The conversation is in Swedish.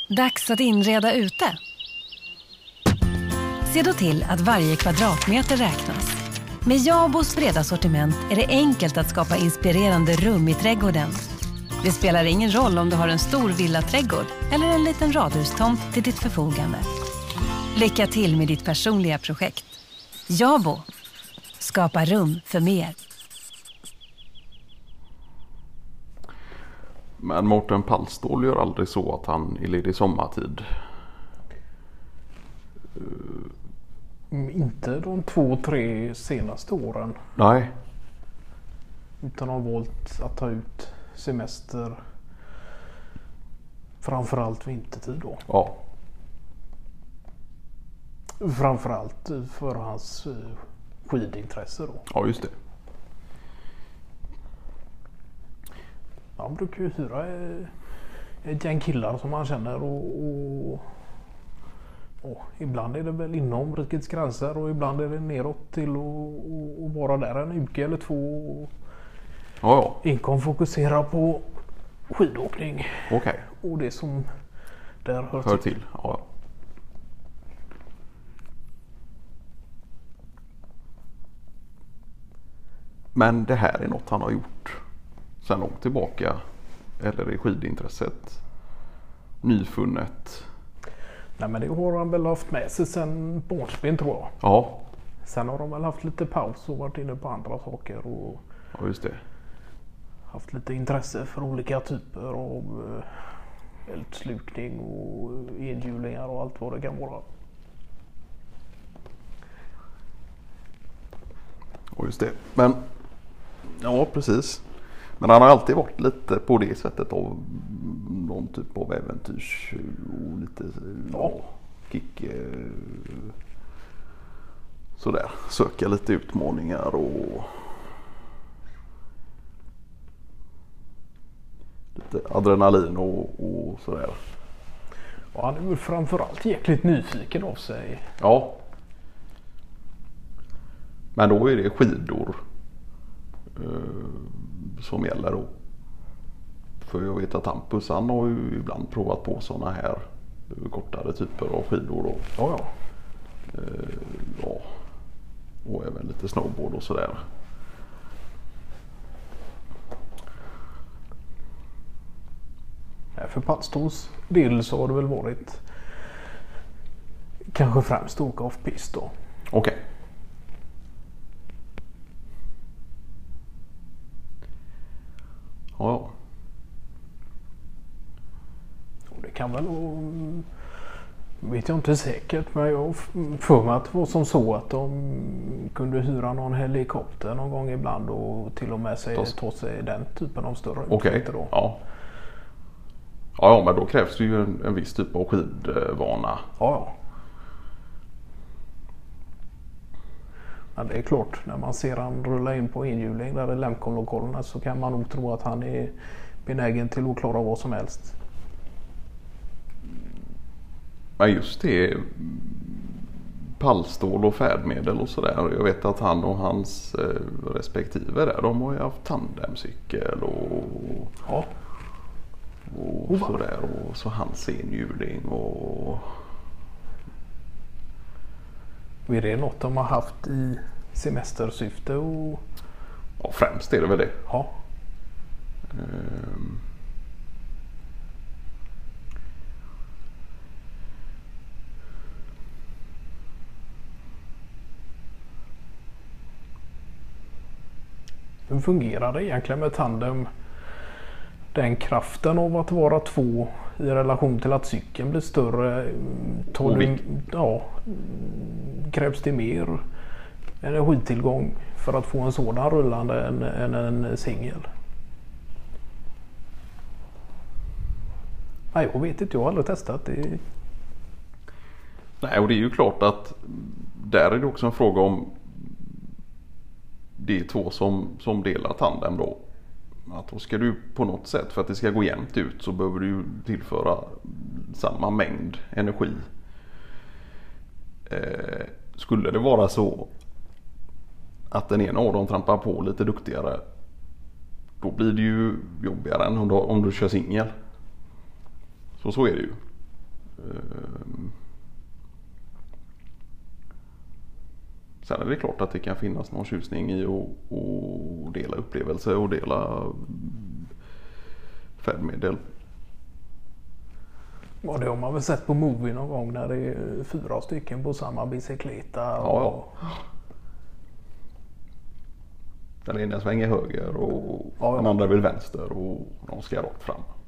Dags att inreda ute. Se då till att varje kvadratmeter räknas. Med Jabos breda sortiment är det enkelt att skapa inspirerande rum i trädgården. Det spelar ingen roll om du har en stor villaträdgård eller en liten radhustomt till ditt förfogande. Lycka till med ditt personliga projekt. Jabo. Skapa rum för mer. Men Mårten Pallstål gör aldrig så att han är ledig sommartid. Inte de 2-3 senaste åren. Nej. Utan har valt att ta ut semester. Framförallt vintertid då. Ja. Framförallt för hans skidintresse då. Ja, just det. Han brukar ju hyra ett gäng killar som han känner och ibland är det väl inom rikets gränser och ibland är det neråt till att vara där en uke eller två. Ja. Inkom fokusera på skidåkning. Okej. Och det som där Hör till. Ja. Men det här är något han har gjort sedan långt tillbaka, eller är skidintresset nyfunnet? Nej, men det har han väl haft med sig sedan barnsben, tror jag. Ja. Sen har de väl haft lite paus och varit inne på andra saker och Ja, just det. haft lite intresse för olika typer av eldslukning och enhjulingar och allt vad det kan vara. Ja, just det. Men ja, precis. Men han har alltid varit lite på det sättet av någon typ av äventyrs och lite kick sådär. Söka lite utmaningar och lite adrenalin och sådär. Och han är väl framförallt jäkligt nyfiken av sig. Ja. Men då är det skidor som gäller då. För jag vet att Hampus, han har ju ibland provat på sådana här kortare typer av skidor då. Ja. Ja. Och även lite snowboard och sådär. För Pallståls del så har det väl varit kanske främst åka off-pist då. Okej. Ja. Och det kan väl vet jag inte säkert, men jag för mig att det var som så att de kunde hyra någon helikopter någon gång ibland och till och med ta sig den typen av större Okej. då. Ja. Ja, men då krävs det ju en viss typ av skidvana. Ja. Men det är klart, när man ser han rulla in på enhjuling där i Lemcon-lokalerna så kan man nog tro att han är benägen till att klara vad som helst. Men just det, pallstål och färdmedel och sådär. Jag vet att han och hans respektive där, de har ju haft tandemcykel och sådär. Och så hans enhjuling och... Är det något de har haft i semestersyfte? Och... Ja, främst är det väl det. Ja. Hur fungerar det egentligen med tandem? Den kraften av att vara två i relation till att cykeln blir större. Krävs det mer energitillgång för att få en sådan rullande än en singel? Nej, jag vet inte, jag har aldrig testat det. Nej, och det är ju klart att där är det också en fråga om det är två som delar tandem då. Att då ska du på något sätt, för att det ska gå jämnt ut, så behöver du tillföra samma mängd energi. Skulle det vara så att den ena av dem trampar på lite duktigare, då blir det ju jobbigare än om du kör singel. Så är det ju. Sen är det klart att det kan finnas någon tjusning i att dela upplevelser och dela färdmedel. Ja, det har man väl sett på movie någon gång när det är 4 stycken på samma bicykleta. Ja. Den ena svänger höger och den andra vill vänster och de ska rakt fram.